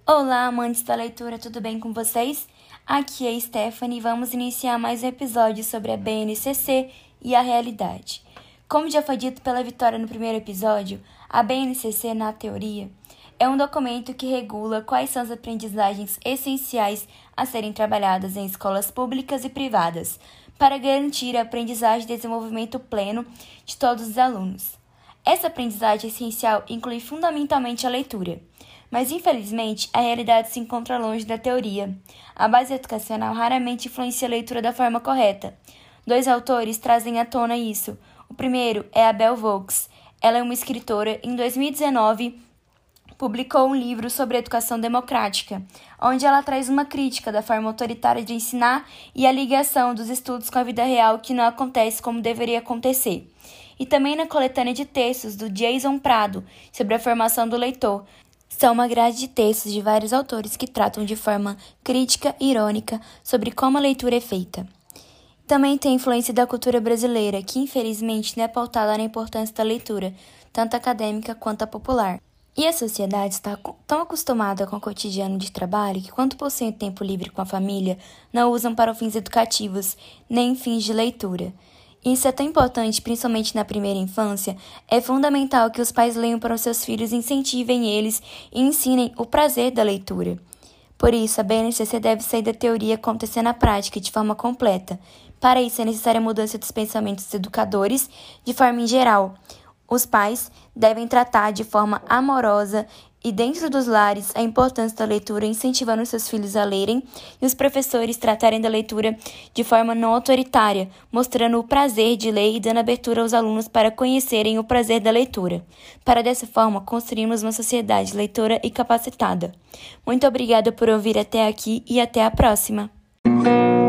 Olá, amantes da leitura, tudo bem com vocês? Aqui é a Stephanie e vamos iniciar mais um episódio sobre a BNCC e a realidade. Como já foi dito pela Vitória no primeiro episódio, a BNCC, na teoria, é um documento que regula quais são as aprendizagens essenciais a serem trabalhadas em escolas públicas e privadas, para garantir a aprendizagem e desenvolvimento pleno de todos os alunos. Essa aprendizagem essencial inclui fundamentalmente a leitura. Mas, infelizmente, a realidade se encontra longe da teoria. A base educacional raramente influencia a leitura da forma correta. Dois autores trazem à tona isso. O primeiro é a Bell Hooks. Ela é uma escritora. Em 2019, publicou um livro sobre educação democrática, onde ela traz uma crítica da forma autoritária de ensinar e a ligação dos estudos com a vida real que não acontece como deveria acontecer. E também na coletânea de textos do Jason Prado sobre a formação do leitor. São uma grade de textos de vários autores que tratam de forma crítica e irônica sobre como a leitura é feita. Também tem a influência da cultura brasileira, que infelizmente não é pautada na importância da leitura, tanto acadêmica quanto a popular. E a sociedade está tão acostumada com o cotidiano de trabalho que, quando possuem tempo livre com a família, não usam para fins educativos, nem fins de leitura. Isso é tão importante, principalmente na primeira infância. É fundamental que os pais leiam para os seus filhos, incentivem eles e ensinem o prazer da leitura. Por isso, a BNCC deve sair da teoria e acontecer na prática de forma completa. Para isso, é necessária a mudança dos pensamentos dos educadores de forma em geral. Os pais devem tratar de forma amorosa e dentro dos lares a importância da leitura, incentivando seus filhos a lerem, e os professores tratarem da leitura de forma não autoritária, mostrando o prazer de ler e dando abertura aos alunos para conhecerem o prazer da leitura. Para dessa forma, construirmos uma sociedade leitora e capacitada. Muito obrigada por ouvir até aqui e até a próxima!